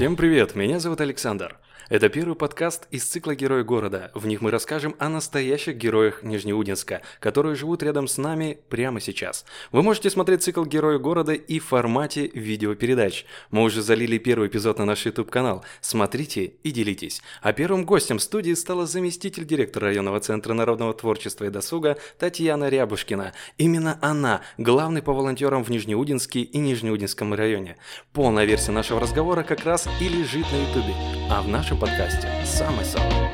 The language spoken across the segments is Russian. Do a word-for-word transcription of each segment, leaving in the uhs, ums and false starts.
Всем привет, меня зовут Александр. Это первый подкаст из цикла «Герои города». В них мы расскажем о настоящих героях Нижнеудинска, которые живут рядом с нами прямо сейчас. Вы можете смотреть цикл «Герои города» и в формате видеопередач. Мы уже залили первый эпизод на наш YouTube-канал. Смотрите и делитесь. А первым гостем студии стала заместитель директора районного центра народного творчества и досуга Татьяна Рябушкина. Именно она главный по волонтерам в Нижнеудинске и Нижнеудинском районе. Полная версия нашего разговора как раз и лежит на YouTube, а в нашем подкасте самый-самый.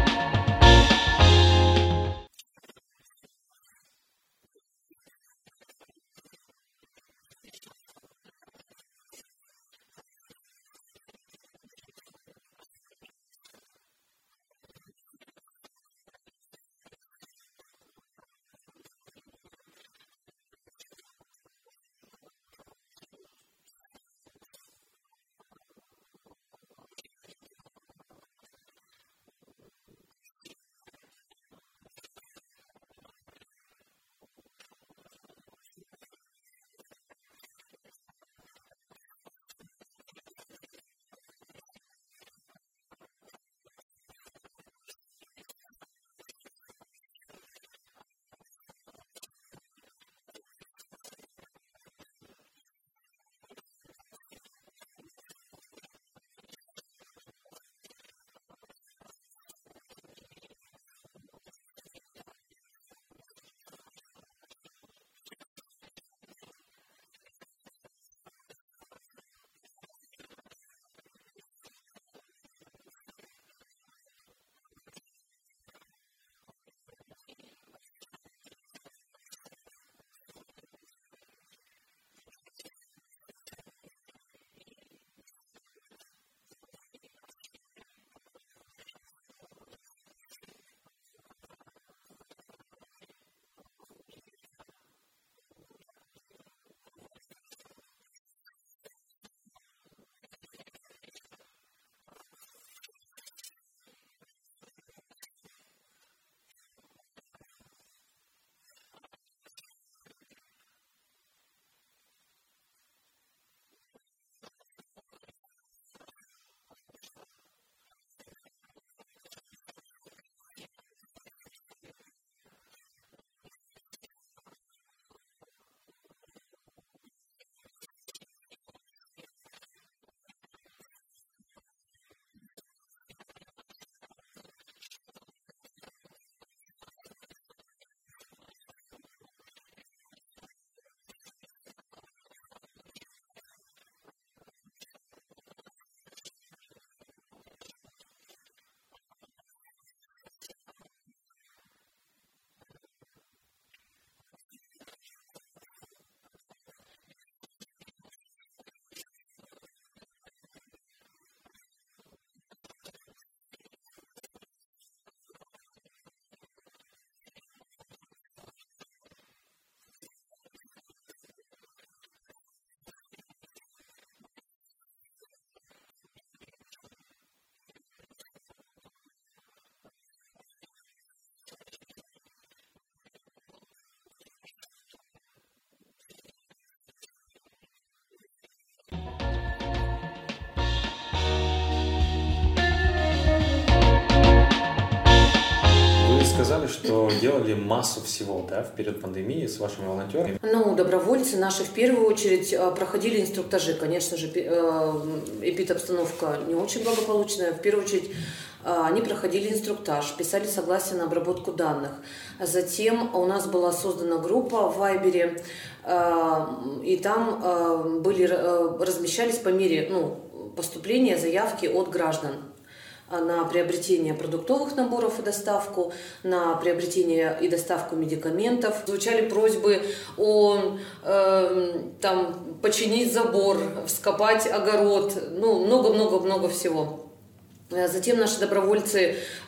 Сказали, что делали массу всего, да, в период пандемии с вашими волонтерами. Ну, добровольцы наши в первую очередь проходили инструктажи. Конечно же, эпидобстановка не очень благополучная. В первую очередь они проходили инструктаж, писали согласие на обработку данных. Затем у нас была создана группа в Вайбере, и там были, размещались по мере ну, поступления заявки от граждан на приобретение продуктовых наборов и доставку, на приобретение и доставку медикаментов. Звучали просьбы о э, там, починить забор, вскопать огород, ну, много-много-много всего. Затем наши добровольцы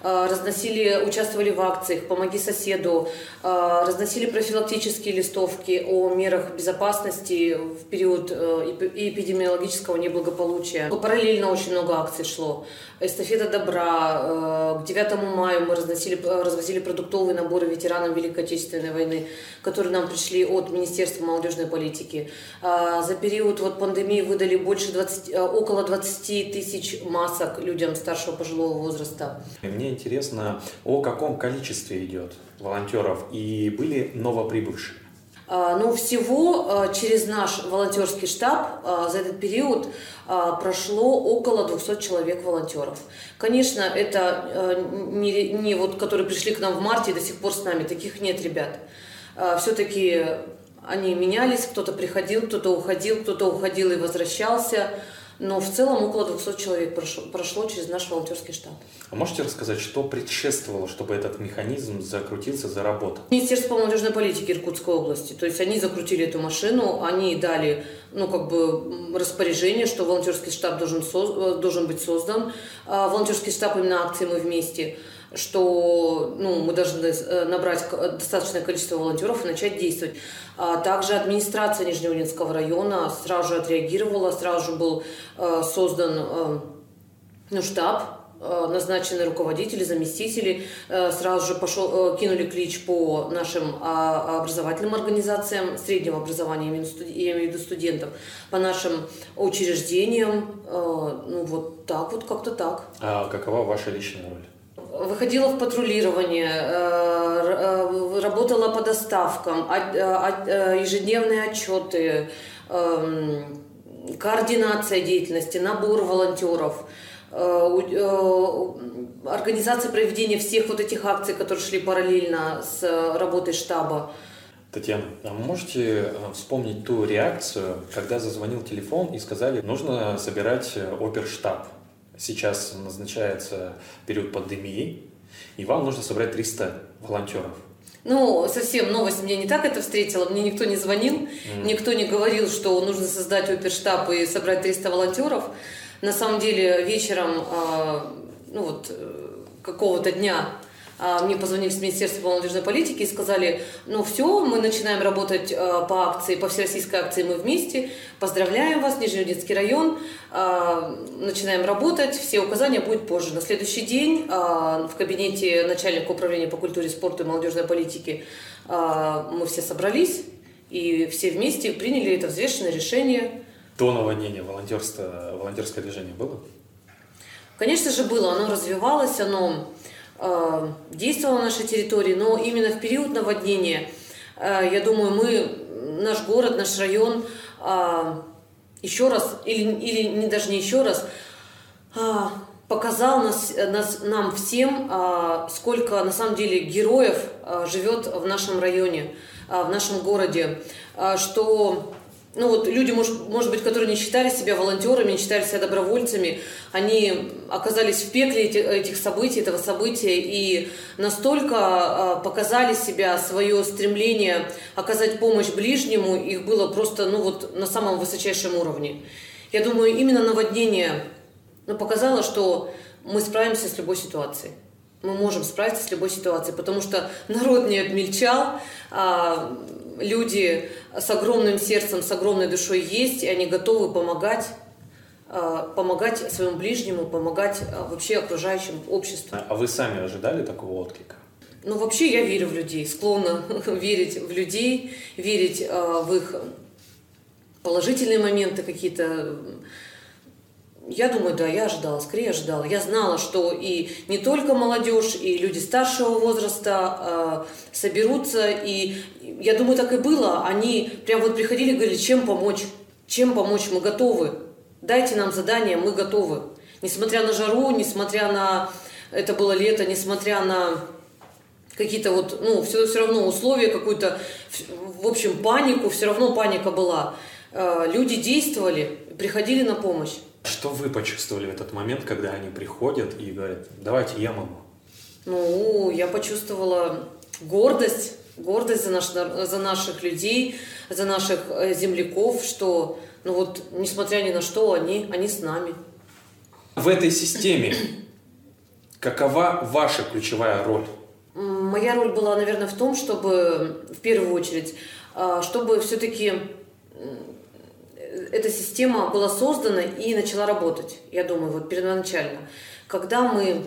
разносили, участвовали в акциях «Помоги соседу», разносили профилактические листовки о мерах безопасности в период эпидемиологического неблагополучия. Параллельно очень много акций шло. Эстафета добра. К девятому мая мы разносили, развозили продуктовые наборы ветеранам Великой Отечественной войны, которые нам пришли от Министерства молодежной политики. За период вот пандемии выдали больше двадцати, около двадцати тысяч масок людям старшего пожилого возраста. Мне интересно, о каком количестве идет волонтеров и были новоприбывшие? Ну, всего через наш волонтерский штаб за этот период прошло около двухсот человек волонтеров. Конечно, это не, не вот, которые пришли к нам в марте и до сих пор с нами, таких нет, ребят. Все-таки они менялись, кто-то приходил, кто-то уходил, кто-то уходил и возвращался. Но в целом около двухсот человек прошло, прошло через наш волонтерский штаб. А можете рассказать, что предшествовало, чтобы этот механизм закрутился, заработал? Министерство молодежной политики Иркутской области. То есть они закрутили эту машину, они дали ну, как бы, распоряжение, что волонтерский штаб должен, соз, должен быть создан. Волонтерский штаб именно акции «Мы вместе», что ну, мы должны набрать достаточное количество волонтеров и начать действовать. А также администрация Нижнеудинского района сразу же отреагировала, сразу же был э, создан э, ну, штаб, э, назначены руководители, заместители, э, сразу же пошел, э, кинули клич по нашим э, образовательным организациям среднего образования, я имею в виду студентов, по нашим учреждениям, э, ну вот так вот, как-то так. А какова ваша личная роль? Выходила в патрулирование, работала по доставкам, ежедневные отчеты, координация деятельности, набор волонтеров, организация проведения всех вот этих акций, которые шли параллельно с работой штаба. Татьяна, а можете вспомнить ту реакцию, когда зазвонил телефон и сказали, нужно собирать оперштаб? Сейчас назначается период пандемии, и вам нужно собрать триста волонтеров. Ну, совсем новость меня не так это встретила. Мне никто не звонил, mm. никто не говорил, что нужно создать оперштаб и собрать триста волонтеров. На самом деле вечером ну вот, какого-то дня мне позвонили с Министерства молодежной политики и сказали, ну все, мы начинаем работать по акции, по всероссийской акции «Мы вместе». Поздравляем вас, Нижнеудинский район. Начинаем работать, все указания будут позже. На следующий день в кабинете начальника управления по культуре, спорту и молодежной политике мы все собрались и все вместе приняли это взвешенное решение. До наводнения волонтерство, волонтерское движение было? Конечно же было, оно развивалось, оно действовало на нашей территории, но именно в период наводнения, я думаю, мы, наш город, наш район еще раз, или, или не, даже не еще раз, показал нас, нас, нам всем, сколько на самом деле героев живет в нашем районе, в нашем городе, что... Ну вот люди, может, может быть, которые не считали себя волонтерами, не считали себя добровольцами, они оказались в пекле этих, этих событий, этого события и настолько показали себя, свое стремление оказать помощь ближнему, их было просто ну вот на самом высочайшем уровне. Я думаю, именно наводнение ну, показало, что мы справимся с любой ситуацией. Мы можем справиться с любой ситуацией, потому что народ не обмельчал, а люди с огромным сердцем, с огромной душой есть, и они готовы помогать, помогать своему ближнему, помогать вообще окружающему обществу. А вы сами ожидали такого отклика? Ну, вообще я верю в людей, склонна верить в людей, верить в их положительные моменты какие-то. Я думаю, да, я ожидала, скорее ожидала. Я знала, что и не только молодежь, и люди старшего возраста э, соберутся. И я думаю, так и было. Они прям вот приходили и говорили, чем помочь, чем помочь, мы готовы. Дайте нам задание, мы готовы. Несмотря на жару, несмотря на, это было лето, несмотря на какие-то вот, ну, все, все равно условия, какую-то, в общем, панику, все равно паника была. Э, люди действовали, приходили на помощь. Что вы почувствовали в этот момент, когда они приходят и говорят, давайте я могу? Ну, я почувствовала гордость, гордость за, наш, за наших людей, за наших земляков, что, ну вот, несмотря ни на что, они, они с нами. В этой системе Какова ваша ключевая роль? Моя роль была, наверное, в том, чтобы, в первую очередь, чтобы все-таки эта система была создана и начала работать, я думаю, вот первоначально. Когда мы,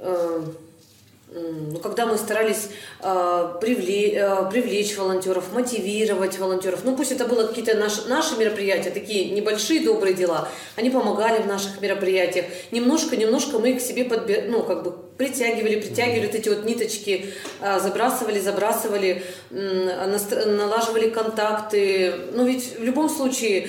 ну, когда мы старались привлечь, привлечь волонтеров, мотивировать волонтеров, ну пусть это было какие-то наши, наши мероприятия, такие небольшие добрые дела, они помогали в наших мероприятиях. Немножко-немножко мы их к себе подбир, ну, как бы притягивали, притягивали вот эти вот ниточки, забрасывали, забрасывали, налаживали контакты. Ну ведь в любом случае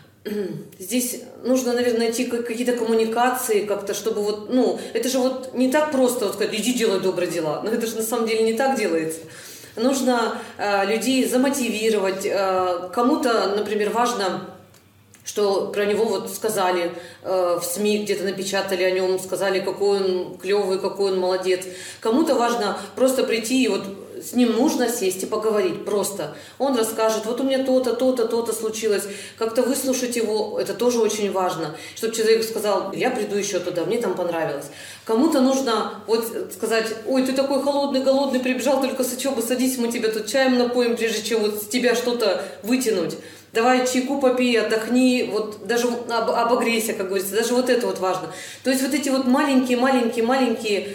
здесь нужно, наверное, найти какие-то коммуникации как-то, чтобы вот, ну, это же вот не так просто вот сказать, иди делай добрые дела. Но это же на самом деле не так делается. Нужно э, людей замотивировать. Э, кому-то, например, важно, что про него вот сказали э, в СМИ, где-то напечатали о нем, сказали, какой он клевый, какой он молодец. Кому-то важно просто прийти и вот с ним нужно сесть и поговорить просто. Он расскажет, вот у меня то-то, то-то, то-то случилось. Как-то выслушать его, это тоже очень важно. Чтобы человек сказал, я приду еще туда, мне там понравилось. Кому-то нужно вот сказать, ой, ты такой холодный, голодный, прибежал только с учебы, садись, мы тебя тут чаем напоим, прежде чем вот с тебя что-то вытянуть. Давай чайку попей, отдохни, вот даже обогрейся, как говорится, даже вот это вот важно. То есть вот эти вот маленькие-маленькие-маленькие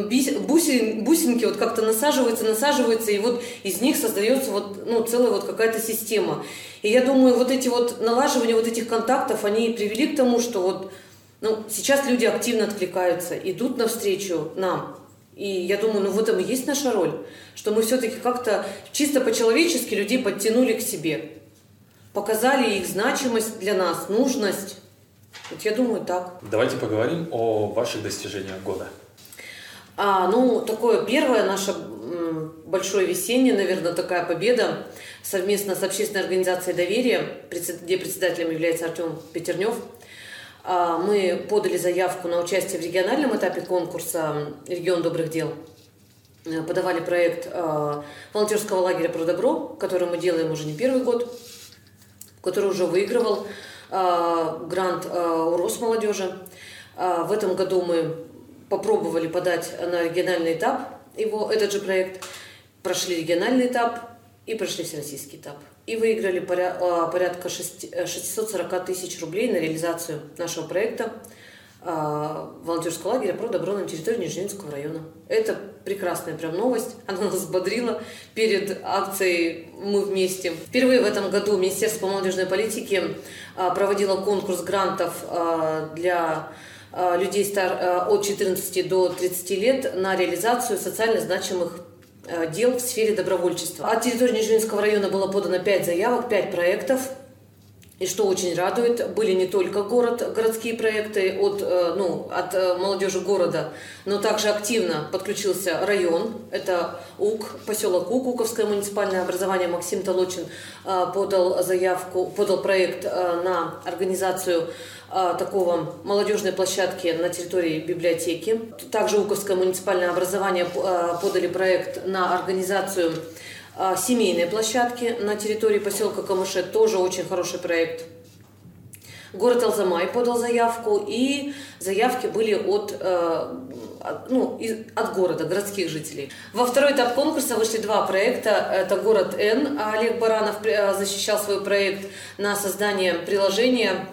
бусин, бусинки вот как-то насаживаются, насаживаются, и вот из них создается вот, ну, целая вот какая-то система. И я думаю, вот эти вот налаживания вот этих контактов, они привели к тому, что вот, ну, сейчас люди активно откликаются, идут навстречу нам. И я думаю, ну в этом и есть наша роль, что мы все-таки как-то чисто по-человечески людей подтянули к себе. Показали их значимость для нас, нужность. Вот я думаю, так. Давайте поговорим о ваших достижениях года. А, ну, такое первое наше м, большое весеннее, наверное, такая победа совместно с общественной организацией «Доверие», где председателем является Артем Петернев. А, мы подали заявку на участие в региональном этапе конкурса «Регион добрых дел». Подавали проект а, волонтерского лагеря «Про добро», который мы делаем уже не первый год, который уже выигрывал э, грант э, у Росмолодежи. Э, в этом году мы попробовали подать на региональный этап его, этот же проект, прошли региональный этап и прошли всероссийский этап. И выиграли поря, э, порядка шестьсот сорок тысяч рублей на реализацию нашего проекта э, волонтерского лагеря «Про добро» на территории Нижнеудинского района. Это прекрасная прям новость, она нас взбодрила перед акцией «Мы вместе». Впервые в этом году Министерство молодежной политики проводило конкурс грантов для людей от четырнадцати до тридцати лет на реализацию социально значимых дел в сфере добровольчества. От территории Нижнеудинского района было подано пять заявок, пять проектов. И что очень радует, были не только город, городские проекты от, ну, от молодежи города, но также активно подключился район. Это УК, поселок УК, Уковское муниципальное образование. Максим Толочин подал заявку, подал проект на организацию такого молодежной площадки на территории библиотеки. Также Уковское муниципальное образование подали проект на организацию семейные площадки на территории поселка Камышет, тоже очень хороший проект. Город Алзамай подал заявку, и заявки были от, ну, от города, городских жителей. Во второй этап конкурса вышли два проекта. Это город Н. Олег Баранов защищал свой проект на создание приложения,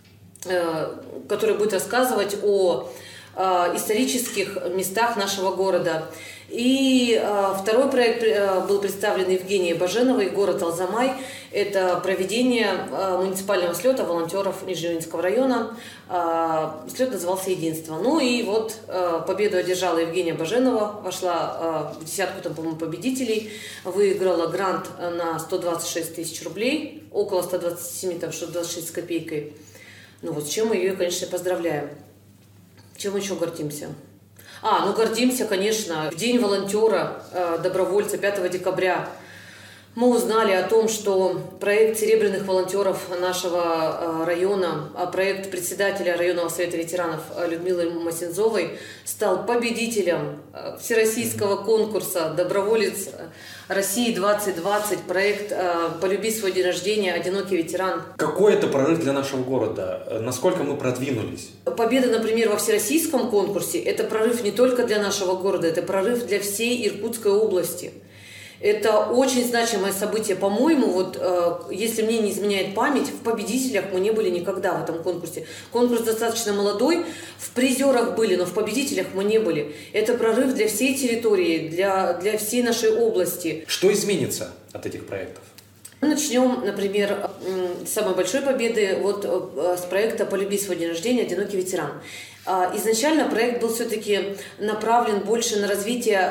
которое будет рассказывать о исторических местах нашего города. И э, второй проект э, был представлен Евгенией Баженовой, город Алзамай. Это проведение э, муниципального слета волонтеров Нижнеудинского района. Э, слет назывался «Единство». Ну и вот э, победу одержала Евгения Баженова, вошла э, в десятку, там, по-моему, победителей, выиграла грант на сто двадцать шесть тысяч рублей, около ста двадцати семи, там, сто двадцать шесть с копейкой. Ну вот с чем мы ее, конечно, поздравляем. Чем мы еще гордимся? А, ну гордимся, конечно, в День волонтера, э, добровольца, пятого декабря мы узнали о том, что проект серебряных волонтеров нашего э, района, а проект председателя районного совета ветеранов Людмилы Масензовой стал победителем э, всероссийского конкурса «Доброволец России двадцать двадцать, проект «Полюби свой день рождения. Одинокий ветеран». Какой это прорыв для нашего города? Насколько мы продвинулись? Победа, например, во всероссийском конкурсе – это прорыв не только для нашего города, это прорыв для всей Иркутской области. Это очень значимое событие. По-моему, вот, э, если мне не изменяет память, в победителях мы не были никогда в этом конкурсе. Конкурс достаточно молодой, в призерах были, но в победителях мы не были. Это прорыв для всей территории, для, для всей нашей области. Что изменится от этих проектов? Начнем, например, с самой большой победы вот с проекта «Полюби свой день рождения. Одинокий ветеран». Изначально проект был все-таки направлен больше на развитие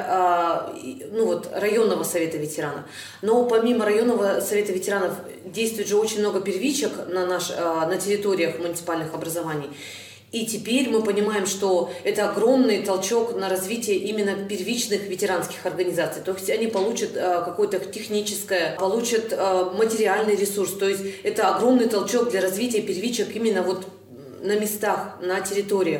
ну вот, районного совета ветеранов. Но помимо районного совета ветеранов действует же очень много первичек на, наш, на территориях муниципальных образований. И теперь мы понимаем, что это огромный толчок на развитие именно первичных ветеранских организаций. То есть они получат э, какое-то техническое, получат э, материальный ресурс. То есть это огромный толчок для развития первичек именно вот на местах, на территориях.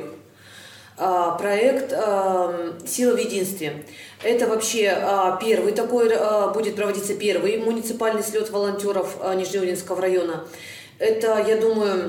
Э, проект э, «Сила в единстве». Это вообще э, первый такой, э, будет проводиться первый муниципальный слет волонтеров э, Нижнеудинского района. Это, я думаю,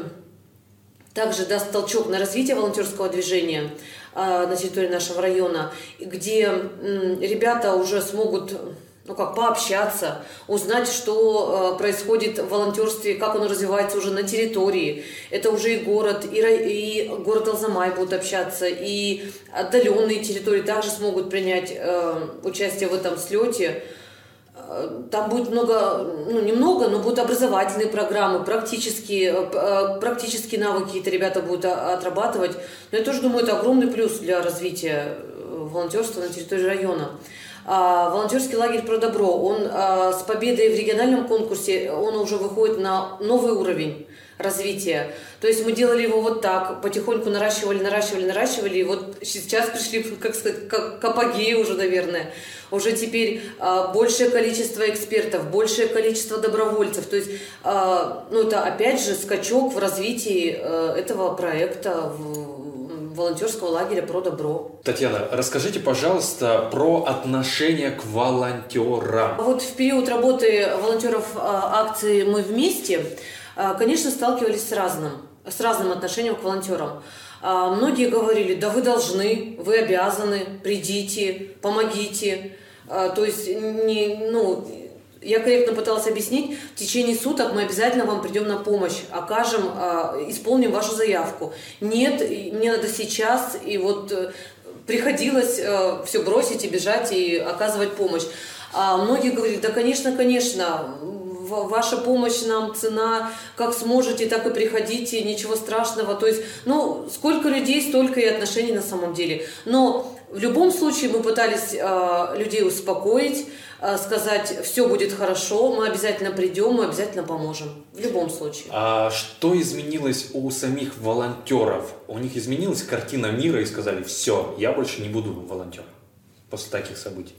также даст толчок на развитие волонтерского движения э, на территории нашего района, где э, ребята уже смогут ну как, пообщаться, узнать, что э, происходит в волонтерстве, как оно развивается уже на территории. Это уже и город, и, и город Алзамай будут общаться, и отдаленные территории также смогут принять э, участие в этом слете. Там будет много, ну немного, но будут образовательные программы, практические, практические навыки какие-то ребята будут отрабатывать. Но я тоже думаю, это огромный плюс для развития волонтерства на территории района. Волонтерский лагерь «Про добро», он с победой в региональном конкурсе, он уже выходит на новый уровень развития. То есть мы делали его вот так, потихоньку наращивали, наращивали, наращивали, и вот сейчас пришли, как сказать, к апогею уже, наверное. Уже теперь а, большее количество экспертов, большее количество добровольцев. То есть, а, ну это опять же скачок в развитии а, этого проекта, в, волонтерского лагеря «Про добро». Татьяна, расскажите, пожалуйста, про отношение к волонтерам. Вот в период работы волонтеров а, акции «Мы вместе», а, конечно, сталкивались с разным, с разным отношением к волонтерам. А, многие говорили: да вы должны, вы обязаны, придите, помогите. А, то есть, не, ну, я корректно пыталась объяснить, в течение суток мы обязательно вам придем на помощь, окажем, а, исполним вашу заявку. Нет, мне надо сейчас, и вот приходилось а, все бросить и бежать, и оказывать помощь. А многие говорили: да, конечно, конечно, ваша помощь нам цена, как сможете, так и приходите, ничего страшного. То есть, ну, сколько людей, столько и отношений на самом деле. Но в любом случае мы пытались э, людей успокоить, э, сказать: все будет хорошо, мы обязательно придем, мы обязательно поможем. В любом случае. А что изменилось у самих волонтеров? У них изменилась картина мира и сказали: все, я больше не буду волонтером после таких событий?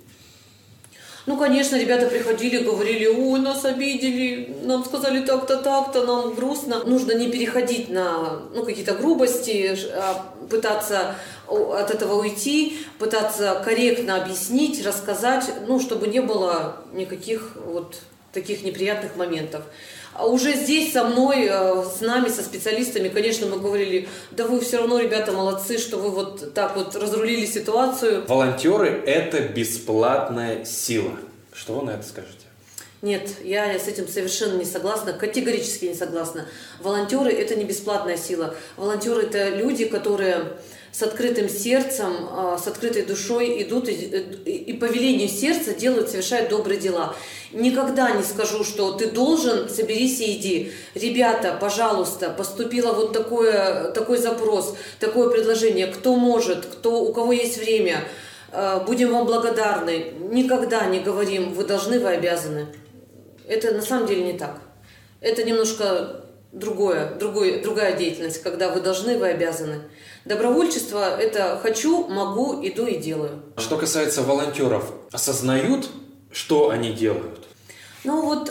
Ну, конечно, ребята приходили, говорили: ой, нас обидели, нам сказали так-то, так-то, нам грустно. Нужно не переходить на ну, какие-то грубости, а пытаться от этого уйти, пытаться корректно объяснить, рассказать, ну, чтобы не было никаких вот таких неприятных моментов. А уже здесь со мной, с нами, со специалистами, конечно, мы говорили: да вы все равно, ребята, молодцы, что вы вот так вот разрулили ситуацию. Волонтеры – это бесплатная сила. Что вы на это скажете? Нет, я с этим совершенно не согласна, категорически не согласна. Волонтеры – это не бесплатная сила. Волонтеры – это люди, которые с открытым сердцем, с открытой душой идут и, и по велению сердца делают, совершают добрые дела. Никогда не скажу, что ты должен, соберись и иди. Ребята, пожалуйста, поступило вот такое, такой запрос, такое предложение. Кто может, кто, у кого есть время, будем вам благодарны. Никогда не говорим: вы должны, вы обязаны. Это на самом деле не так. Это немножко другое, другое, другая деятельность, когда вы должны, вы обязаны. Добровольчество – это хочу, могу, иду и делаю. Что касается волонтеров, осознают, что они делают? Ну вот э,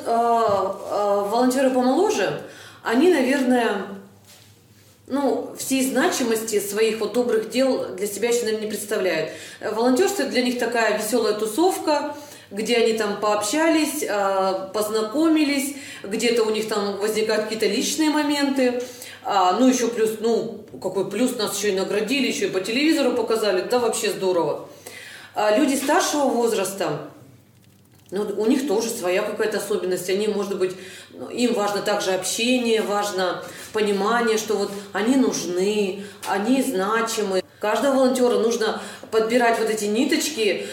э, волонтеры помоложе, они, наверное, ну, всей значимости своих вот добрых дел для себя еще, наверное, не представляют. Волонтерство для них такая веселая тусовка, где они там пообщались, познакомились, где-то у них там возникают какие-то личные моменты. Ну, еще плюс, ну, какой плюс, нас еще и наградили, еще и по телевизору показали, да, вообще здорово. Люди старшего возраста, ну, у них тоже своя какая-то особенность, они, может быть, им важно также общение, важно понимание, что вот они нужны, они значимы. Каждого волонтера нужно подбирать вот эти ниточки,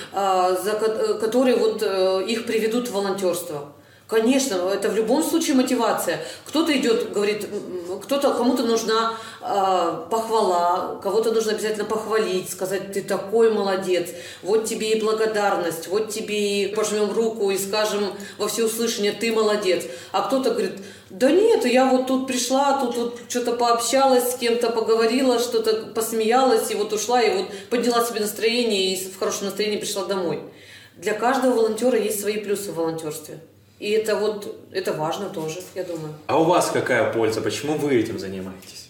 которые вот их приведут в волонтерство. Конечно, это в любом случае мотивация. Кто-то идет, говорит, кто-то, кому-то нужна э, похвала, кого-то нужно обязательно похвалить, сказать, ты такой молодец, вот тебе и благодарность, вот тебе и пожмем руку и скажем во всеуслышание, ты молодец. А кто-то говорит, да нет, я вот тут пришла, тут, тут что-то пообщалась, с кем-то поговорила, что-то посмеялась, и вот ушла, и вот подняла себе настроение, и в хорошем настроении пришла домой. Для каждого волонтера есть свои плюсы в волонтерстве. И это вот, это важно тоже, я думаю. А у вас какая польза? Почему вы этим занимаетесь?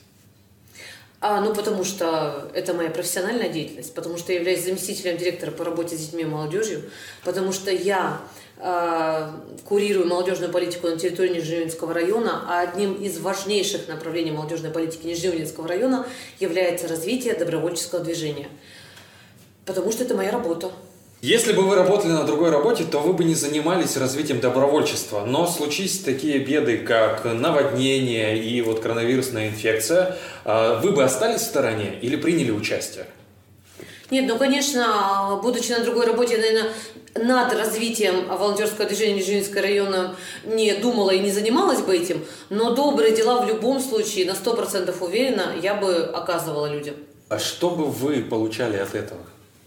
А, ну, потому что это моя профессиональная деятельность, потому что я являюсь заместителем директора по работе с детьми и молодежью, потому что я э, курирую молодежную политику на территории Нижнеудинского района, а одним из важнейших направлений молодежной политики Нижнеудинского района является развитие добровольческого движения. Потому что это моя работа. Если бы вы работали на другой работе, то вы бы не занимались развитием добровольчества. Но случись такие беды, как наводнение и вот коронавирусная инфекция, вы бы остались в стороне или приняли участие? Нет, ну, конечно, будучи на другой работе, наверное, над развитием волонтерского движения Нижнеудинского района не думала и не занималась бы этим, но добрые дела в любом случае, на сто процентов уверена, я бы оказывала людям. А что бы вы получали от этого?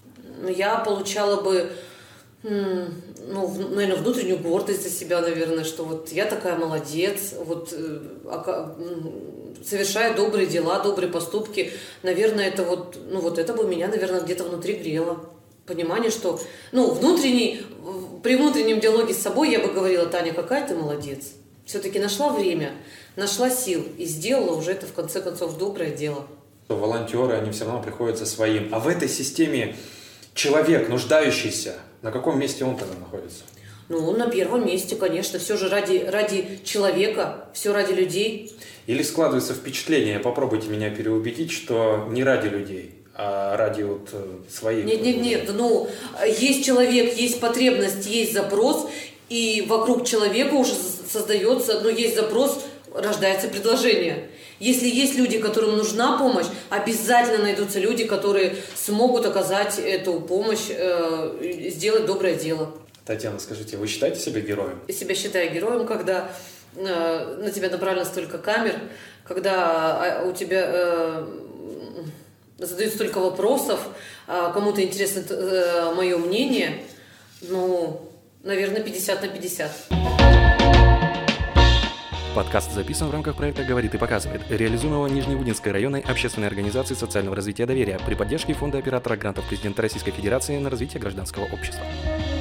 Я получала бы, ну, наверное, внутреннюю гордость за себя, наверное, что вот я такая молодец, вот совершая добрые дела, добрые поступки, наверное, это вот, ну, вот это бы меня, наверное, где-то внутри грело. Понимание, что, ну, внутренний, при внутреннем диалоге с собой я бы говорила, Таня, какая ты молодец. Все-таки нашла время, нашла сил и сделала уже это, в конце концов, доброе дело. Волонтеры, они все равно приходят со своим. А в этой системе человек, нуждающийся, на каком месте он тогда находится? Ну, на первом месте, конечно. Все же ради, ради человека, все ради людей. Или складывается впечатление, попробуйте меня переубедить, что не ради людей, а ради вот своих. Нет, нет, нет. Ну, есть человек, есть потребность, есть запрос, и вокруг человека уже создается, ну, есть запрос, рождается предложение. Если есть люди, которым нужна помощь, обязательно найдутся люди, которые смогут оказать эту помощь, э, сделать доброе дело. Татьяна, скажите, вы считаете себя героем? Я себя считаю героем, когда э, на тебя направлено столько камер, когда у тебя э, задают столько вопросов, э, кому-то интересно э, мое мнение, ну, наверное, пятьдесят на пятьдесят. Подкаст записан в рамках проекта «Говорит и показывает», реализуемого Нижнеудинской районной общественной организацией социального развития доверия при поддержке Фонда оператора грантов президента Российской Федерации на развитие гражданского общества.